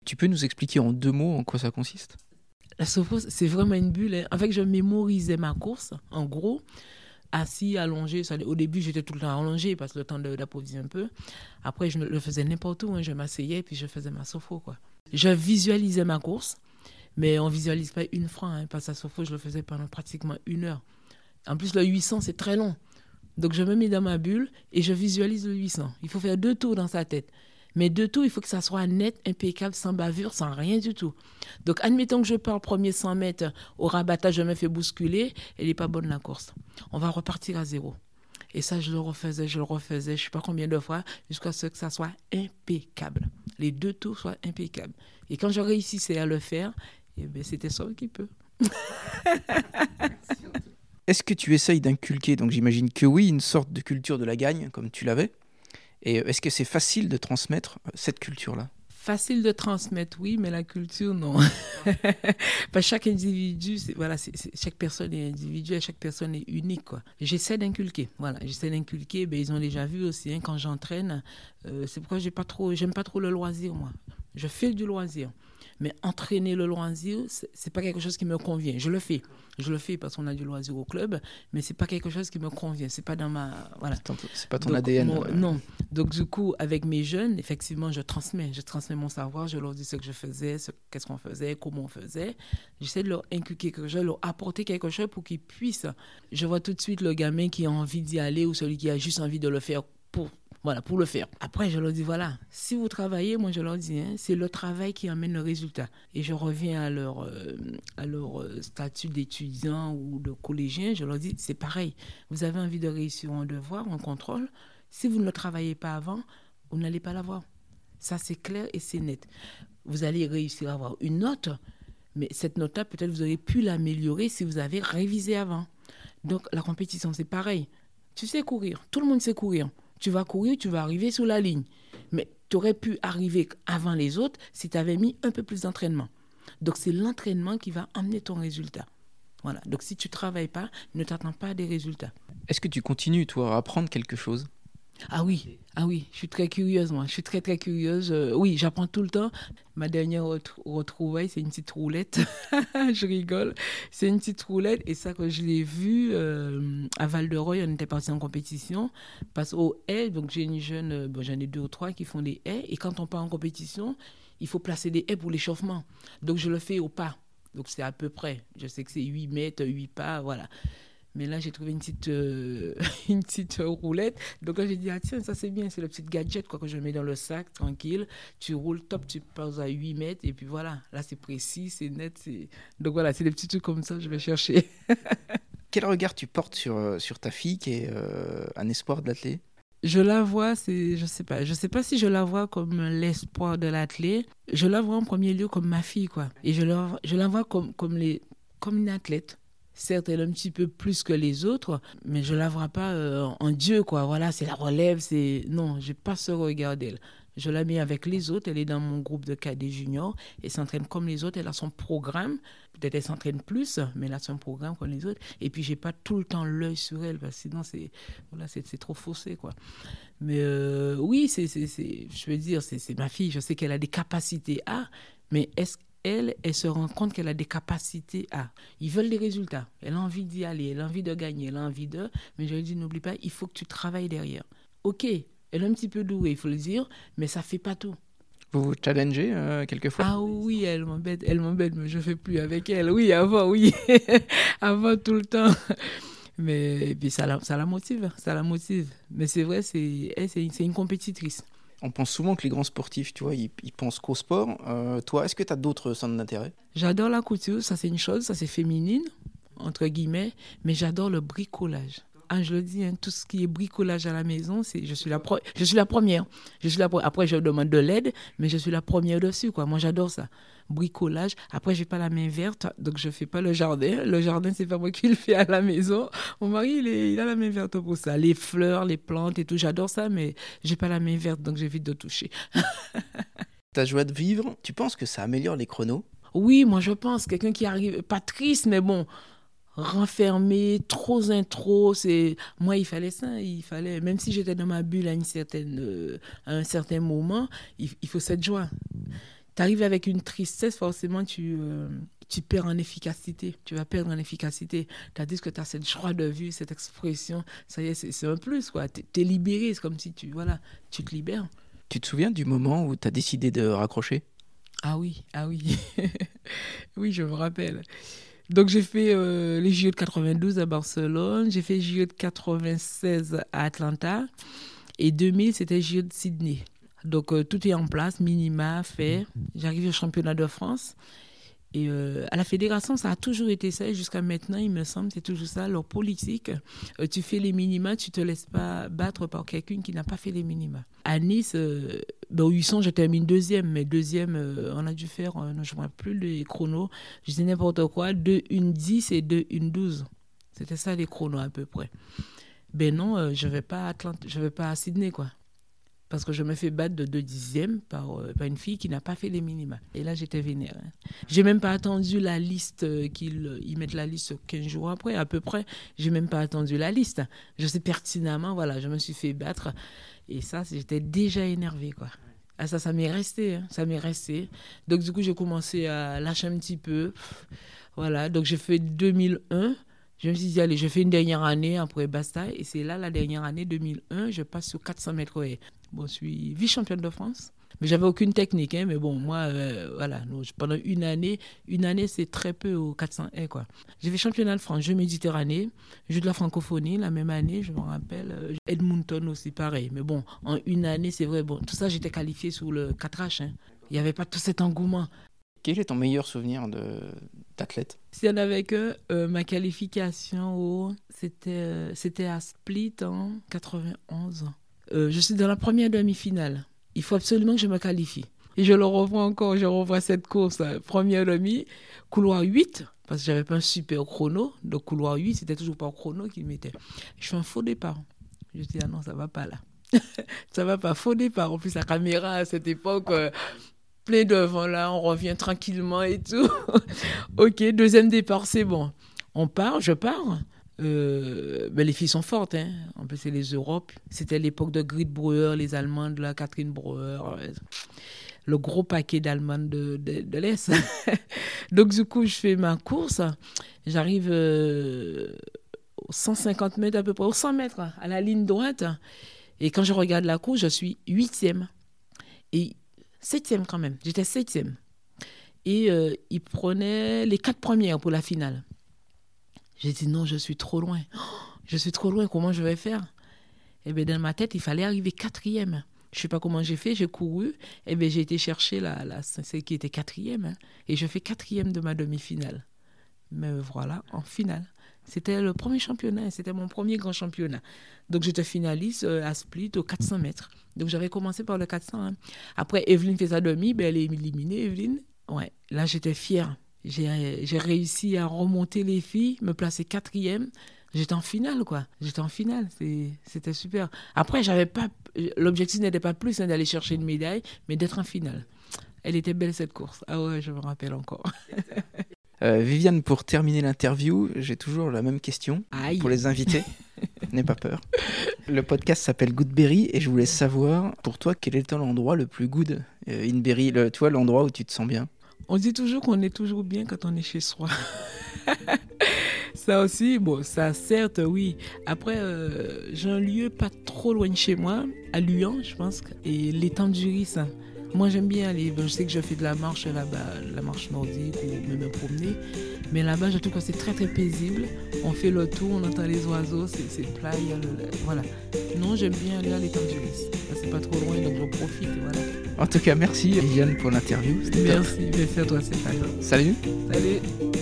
Speaker 1: Tu peux nous expliquer en deux mots en quoi ça consiste ?
Speaker 2: La sophose, c'est vraiment une bulle. Hein. En fait, je mémorisais ma course, en gros, assis, allongé. Ça, au début, j'étais tout le temps allongé parce que le temps de, d'applaudir un peu. Après, je le faisais n'importe où. Hein. Je m'asseyais puis je faisais ma sopho, quoi. Je visualisais ma course, mais on ne visualise pas une franc. Hein, parce que la sopho, je le faisais pendant pratiquement une heure. En plus, le huit cents, c'est très long. Donc, je me mets dans ma bulle et je visualise le huit cents. Il faut faire deux tours dans sa tête. Mais de tout, il faut que ça soit net, impeccable, sans bavure, sans rien du tout. Donc, admettons que je pars premier cent mètres au rabattage, je me fais bousculer, elle n'est pas bonne la course. On va repartir à zéro. Et ça, je le refaisais, je le refaisais, je ne sais pas combien de fois, jusqu'à ce que ça soit impeccable. Les deux tours soient impeccables. Et quand je réussissais à le faire, eh bien, c'était ça qui peut.
Speaker 1: Est-ce que tu essayes d'inculquer, donc j'imagine que oui, une sorte de culture de la gagne, comme tu l'avais ? Et est-ce que c'est facile de transmettre cette culture-là ?
Speaker 2: Facile de transmettre, oui, mais la culture, non. Parce que chaque individu, c'est, voilà, c'est, c'est, chaque personne est individuelle, chaque personne est unique, quoi. J'essaie d'inculquer, voilà, j'essaie d'inculquer. Ben, ils ont déjà vu aussi, hein, quand j'entraîne, euh, c'est pourquoi j'ai pas trop, j'aime pas trop le loisir, moi. Je fais du loisir. Mais entraîner le loisir, c'est, c'est pas quelque chose qui me convient. Je le fais. Je le fais parce qu'on a du loisir au club, mais c'est pas quelque chose qui me convient. C'est pas dans ma... Voilà.
Speaker 1: C'est pas ton
Speaker 2: Donc,
Speaker 1: A D N.
Speaker 2: Mon,
Speaker 1: euh...
Speaker 2: Non. Donc, du coup, avec mes jeunes, effectivement, je transmets. Je transmets mon savoir. Je leur dis ce que je faisais, ce, qu'est-ce qu'on faisait, comment on faisait. J'essaie de leur inculquer quelque chose, leur apporter quelque chose pour qu'ils puissent. Je vois tout de suite le gamin qui a envie d'y aller ou celui qui a juste envie de le faire pour... Voilà, pour le faire. Après, je leur dis, voilà, si vous travaillez, moi je leur dis, hein, c'est le travail qui amène le résultat. Et je reviens à leur, euh, à leur euh, statut d'étudiant ou de collégien, je leur dis, c'est pareil. Vous avez envie de réussir un devoir, un contrôle. Si vous ne le travaillez pas avant, vous n'allez pas l'avoir. Ça, c'est clair et c'est net. Vous allez réussir à avoir une note, mais cette note-là, peut-être vous aurez pu l'améliorer si vous avez révisé avant. Donc, la compétition, c'est pareil. Tu sais courir, tout le monde sait courir. Tu vas courir, tu vas arriver sur la ligne. Mais tu aurais pu arriver avant les autres si tu avais mis un peu plus d'entraînement. Donc, c'est l'entraînement qui va amener ton résultat. Voilà. Donc, si tu ne travailles pas, ne t'attends pas à des résultats.
Speaker 1: Est-ce que tu continues, toi, à apprendre quelque chose ?
Speaker 2: Ah oui, ah oui, je suis très curieuse, moi. Je suis très, très curieuse. Euh, oui, j'apprends tout le temps. Ma dernière retrou- retrouvaille, c'est une petite roulette. Je rigole. C'est une petite roulette. Et ça, quand je l'ai vue euh, à Val-de-Reuil, on était partis en compétition. Parce qu'au haies, donc j'ai une jeune, euh, bon, j'en ai deux ou trois qui font des haies. Et quand on part en compétition, il faut placer des haies pour l'échauffement. Donc je le fais au pas. Donc c'est à peu près. Je sais que c'est huit mètres, huit pas, voilà. Mais là, j'ai trouvé une petite, euh, une petite euh, roulette. Donc là, j'ai dit, ah tiens, ça c'est bien, c'est le petit gadget quoi, que je mets dans le sac, tranquille. Tu roules top, tu passes à huit mètres, et puis voilà. Là, c'est précis, c'est net. C'est... Donc voilà, c'est des petits trucs comme ça que je vais chercher.
Speaker 1: Quel regard tu portes sur, sur ta fille qui est euh, un espoir de l'athlète ?
Speaker 2: Je la vois, c'est, je sais pas, je sais pas si je la vois comme l'espoir de l'athlète. Je la vois en premier lieu comme ma fille, quoi. Et je la, je la vois comme, comme, les, comme une athlète. Certes, elle est un petit peu plus que les autres, mais je la vois pas euh, en Dieu, quoi. Voilà, c'est la relève, c'est... Non, j'ai pas ce regard d'elle. Je la mets avec les autres, elle est dans mon groupe de cadets juniors, elle s'entraîne comme les autres, elle a son programme. Peut-être elle s'entraîne plus, mais elle a son programme comme les autres. Et puis, j'ai pas tout le temps l'œil sur elle, parce que sinon, c'est, voilà, c'est, c'est trop faussé, quoi. Mais euh, oui, c'est, c'est, c'est, je veux dire, c'est, c'est ma fille, je sais qu'elle a des capacités à, mais est-ce Elle, elle se rend compte qu'elle a des capacités à. Ils veulent des résultats. Elle a envie d'y aller, elle a envie de gagner, elle a envie de... Mais je lui dis, n'oublie pas, il faut que tu travailles derrière. OK, elle est un petit peu douée, il faut le dire, mais ça ne fait pas tout.
Speaker 1: Vous vous challengez euh, quelquefois ?
Speaker 2: Ah oui, elle m'embête, elle m'embête, mais je ne fais plus avec elle. Oui, avant, oui. Avant, tout le temps. Mais et puis ça la, ça la motive, ça la motive. Mais c'est vrai, c'est, elle, c'est, c'est une compétitrice.
Speaker 1: On pense souvent que les grands sportifs, tu vois, ils, ils pensent qu'au sport. Euh, toi, est-ce que tu as d'autres centres d'intérêt ?
Speaker 2: J'adore la couture, ça c'est une chose, ça c'est féminine, entre guillemets, mais j'adore le bricolage. Ah, je le dis, hein, tout ce qui est bricolage à la maison, c'est, je, suis la pro- je suis la première. Je suis la pro- Après, je demande de l'aide, mais je suis la première dessus, quoi. Moi, j'adore ça. Bricolage. Après, je n'ai pas la main verte, donc je ne fais pas le jardin. Le jardin, ce n'est pas moi qui le fais à la maison. Mon mari, il, est, il a la main verte pour ça. Les fleurs, les plantes et tout, j'adore ça, mais je n'ai pas la main verte, donc j'évite de toucher.
Speaker 1: Ta joie de vivre, tu penses que ça améliore les chronos ?
Speaker 2: Oui, moi, je pense. Quelqu'un qui arrive, pas triste, mais bon... renfermé, trop intro, c'est moi il fallait ça, il fallait même si j'étais dans ma bulle à une certaine euh, à un certain moment, il, il faut cette joie. tu arrives avec une tristesse, forcément, tu, euh, tu perds en efficacité. Tu vas perdre en efficacité. Tandis que tu as cette joie de vue, cette expression, ça y est, c'est, c'est un plus, quoi. Tu es libéré, c'est comme si tu, voilà, tu te libères.
Speaker 1: Tu te souviens du moment où tu as décidé de raccrocher ?
Speaker 2: Ah oui, ah oui. Oui, je me rappelle. Donc, j'ai fait euh, les J O de quatre-vingt-douze à Barcelone. J'ai fait J O de quatre-vingt-seize à Atlanta. Et deux mille, c'était J O de Sydney. Donc, euh, tout est en place, minima, fait. J'arrive au championnat de France. Et euh, à la fédération, ça a toujours été ça. Et jusqu'à maintenant, il me semble, c'est toujours ça. Leur politique, euh, tu fais les minima, tu ne te laisses pas battre par quelqu'un qui n'a pas fait les minima. À Nice, euh, ben, au huit cents, je termine deuxième. Mais deuxième, euh, on a dû faire, euh, je ne me rappelle plus les chronos. Je disais n'importe quoi, deux une dix et deux une douze. C'était ça les chronos à peu près. Ben non, euh, je ne vais pas à Atlanta, je vais pas à Sydney, quoi. Parce que je me fais battre de deux dixièmes par, euh, par une fille qui n'a pas fait les minima. Et là, j'étais vénère. Hein. Je n'ai même pas attendu la liste, euh, qu'ils ils mettent la liste quinze jours après, à peu près. Je n'ai même pas attendu la liste. Je sais pertinemment, voilà, je me suis fait battre. Et ça, j'étais déjà énervée, quoi. Ah, ça, ça m'est resté, hein, ça m'est resté. Donc, du coup, j'ai commencé à lâcher un petit peu. Voilà, donc j'ai fait deux mille un. Je me suis dit, allez, je fais une dernière année, après basta. Et c'est là, la dernière année, deux mille un, je passe sur quatre cents mètres haies. Bon, je suis vice-championne de France. Mais j'avais aucune technique, hein, mais bon, moi, euh, voilà, donc, pendant une année, une année, c'est très peu aux quatre cents haies, quoi. J'ai fait championnat de France, Jeux Méditerranée, Jeux de la francophonie, la même année, je me rappelle, euh, Edmonton aussi, pareil. Mais bon, en une année, c'est vrai, bon, tout ça, j'étais qualifiée sous le quatre H, hein. Il n'y avait pas tout cet engouement.
Speaker 1: Quel est ton meilleur souvenir de, d'athlète ?
Speaker 2: S'il y en avait que euh, ma qualification, au, c'était, euh, c'était à Split en quatre-vingt-onze. Euh, je suis dans la première demi-finale. Il faut absolument que je me qualifie. Et je le revois encore, je revois cette course. Hein. Première demi, couloir huit, parce que je n'avais pas un super chrono. Donc couloir huit, c'était toujours pas au chrono qu'il mettait. Je fais un faux départ. Je dis, ah non, ça ne va pas là. Ça ne va pas, faux départ. En plus, la caméra à cette époque... Euh, plein devant là, on revient tranquillement et tout. Ok, deuxième départ, c'est bon. On part, je pars. Euh, ben les filles sont fortes, hein. En plus, c'est les Europes. C'était l'époque de Grit Breuer, les Allemandes, là, Catherine Breuer. Le gros paquet d'Allemandes de, de, de l'Est. Donc, du coup, je fais ma course. J'arrive euh, aux cent cinquante mètres à peu près, aux cent mètres, à la ligne droite. Et quand je regarde la course, je suis huitième. Et septième quand même, j'étais septième. Et euh, ils prenaient les quatre premières pour la finale. J'ai dit non, je suis trop loin. Oh, je suis trop loin, comment je vais faire ? Eh bien, dans ma tête, il fallait arriver quatrième. Je ne sais pas comment j'ai fait, j'ai couru. Eh bien, j'ai été chercher la, la, celle qui était quatrième. Hein, et je fais quatrième de ma demi-finale. Mais voilà, en finale. C'était le premier championnat, c'était mon premier grand championnat. Donc, j'étais finaliste à Split aux quatre cents mètres. Donc, j'avais commencé par le quatre cents. Hein. Après, Evelyne fait sa demi, ben, elle est éliminée, Evelyne. Ouais, là, j'étais fière. J'ai, j'ai réussi à remonter les filles, me placer quatrième. J'étais en finale, quoi. J'étais en finale, c'est, c'était super. Après, j'avais pas, l'objectif n'était pas plus hein, d'aller chercher une médaille, mais d'être en finale. Elle était belle, cette course. Ah ouais, je me rappelle encore.
Speaker 1: Euh, Viviane, pour terminer l'interview, j'ai toujours la même question
Speaker 2: Aïe.
Speaker 1: Pour les invités. N'aie pas peur. Le podcast s'appelle Goodberry et je voulais savoir, pour toi, quel est l'endroit le plus good euh, in Berry, le, tu vois, l'endroit où tu te sens bien?
Speaker 2: On dit toujours qu'on est toujours bien quand on est chez soi. Ça aussi, bon, ça certes, oui. Après, euh, j'ai un lieu pas trop loin de chez moi, à Luan, je pense, et l'étang du Riz. Moi, j'aime bien aller. Je sais que je fais de la marche là-bas, la marche nordique ou même me promener. Mais là-bas, je trouve que c'est très, très paisible. On fait le tour, on entend les oiseaux, c'est, c'est plat. Il y a le, voilà. Non, j'aime bien aller à l'étang du Riz. C'est pas trop loin, donc je profite. Voilà.
Speaker 1: En tout cas, merci Viviane pour l'interview. C'était
Speaker 2: merci,
Speaker 1: top.
Speaker 2: merci à toi, Stéphane.
Speaker 1: Salut.
Speaker 2: Salut.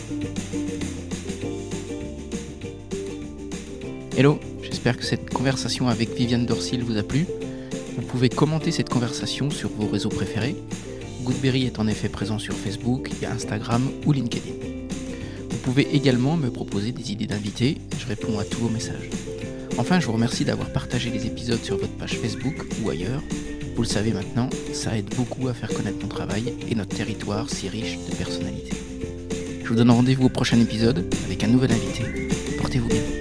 Speaker 1: Hello, j'espère que cette conversation avec Viviane Dorsil vous a plu. Vous pouvez commenter cette conversation sur vos réseaux préférés. Goodberry est en effet présent sur Facebook, Instagram ou LinkedIn. Vous pouvez également me proposer des idées d'invités, je réponds à tous vos messages. Enfin, je vous remercie d'avoir partagé les épisodes sur votre page Facebook ou ailleurs. Vous le savez maintenant, ça aide beaucoup à faire connaître mon travail et notre territoire si riche de personnalités. Je vous donne rendez-vous au prochain épisode avec un nouvel invité. Portez-vous bien.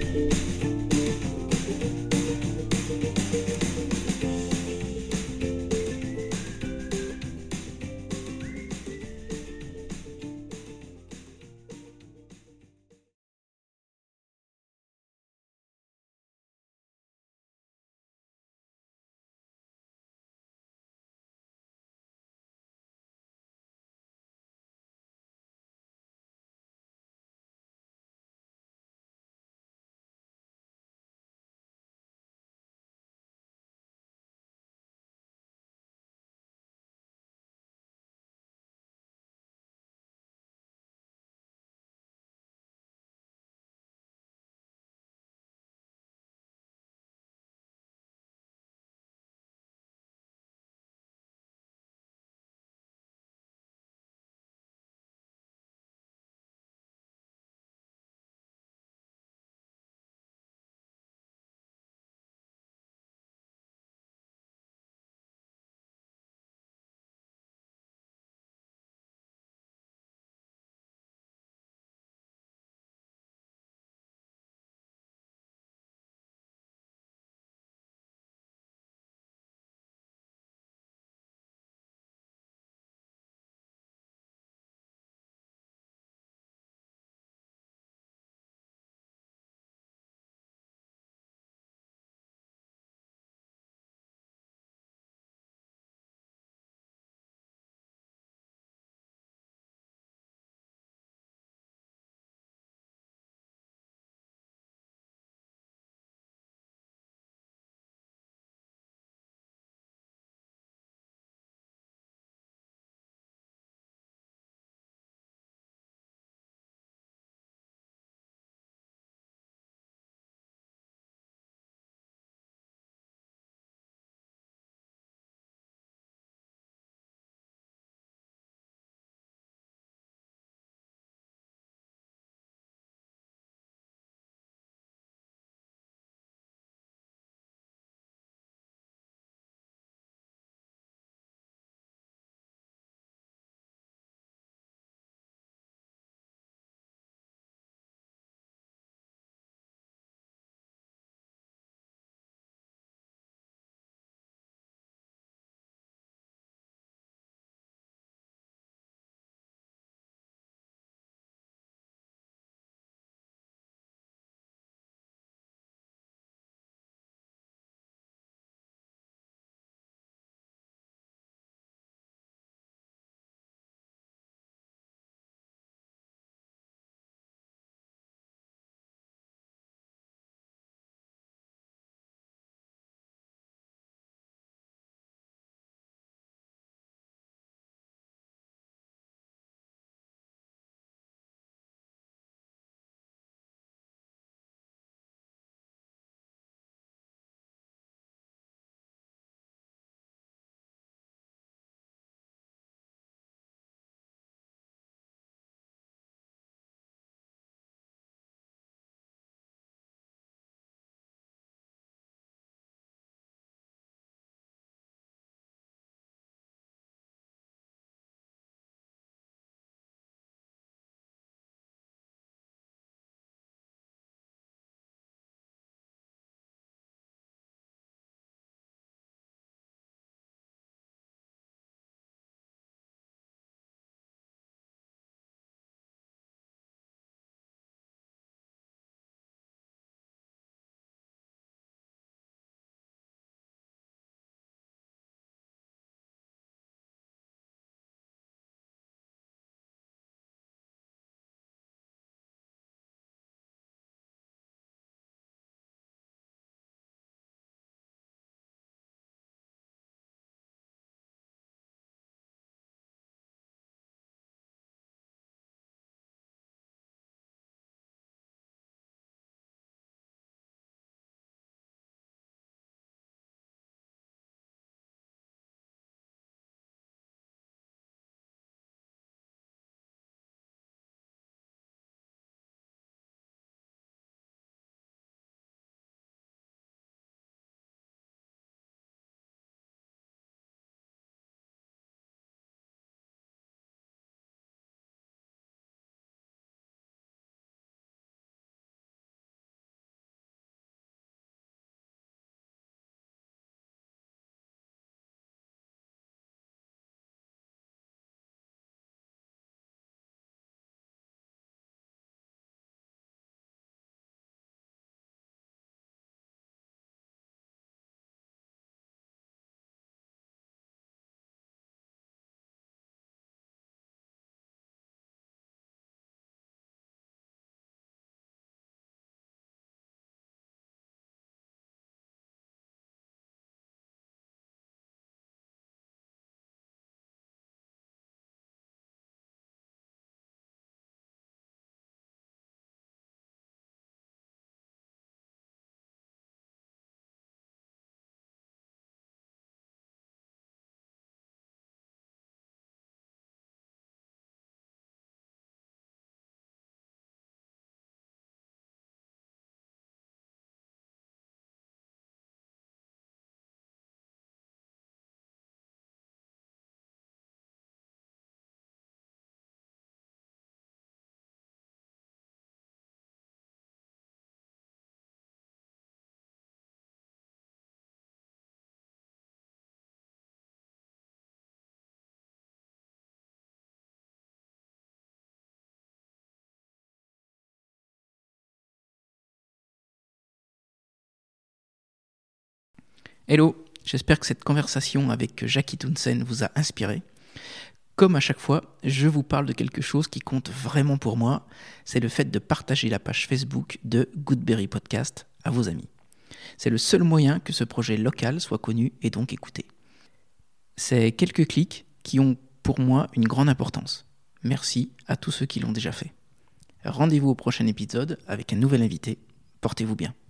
Speaker 1: Hello, j'espère que cette conversation avec Jackie Townsend vous a inspiré. Comme à chaque fois, je vous parle de quelque chose qui compte vraiment pour moi, c'est le fait de partager la page Facebook de Goodberry Podcast à vos amis. C'est le seul moyen que ce projet local soit connu et donc écouté. C'est quelques clics qui ont pour moi une grande importance. Merci à tous ceux qui l'ont déjà fait. Rendez-vous au prochain épisode avec un nouvel invité. Portez-vous bien.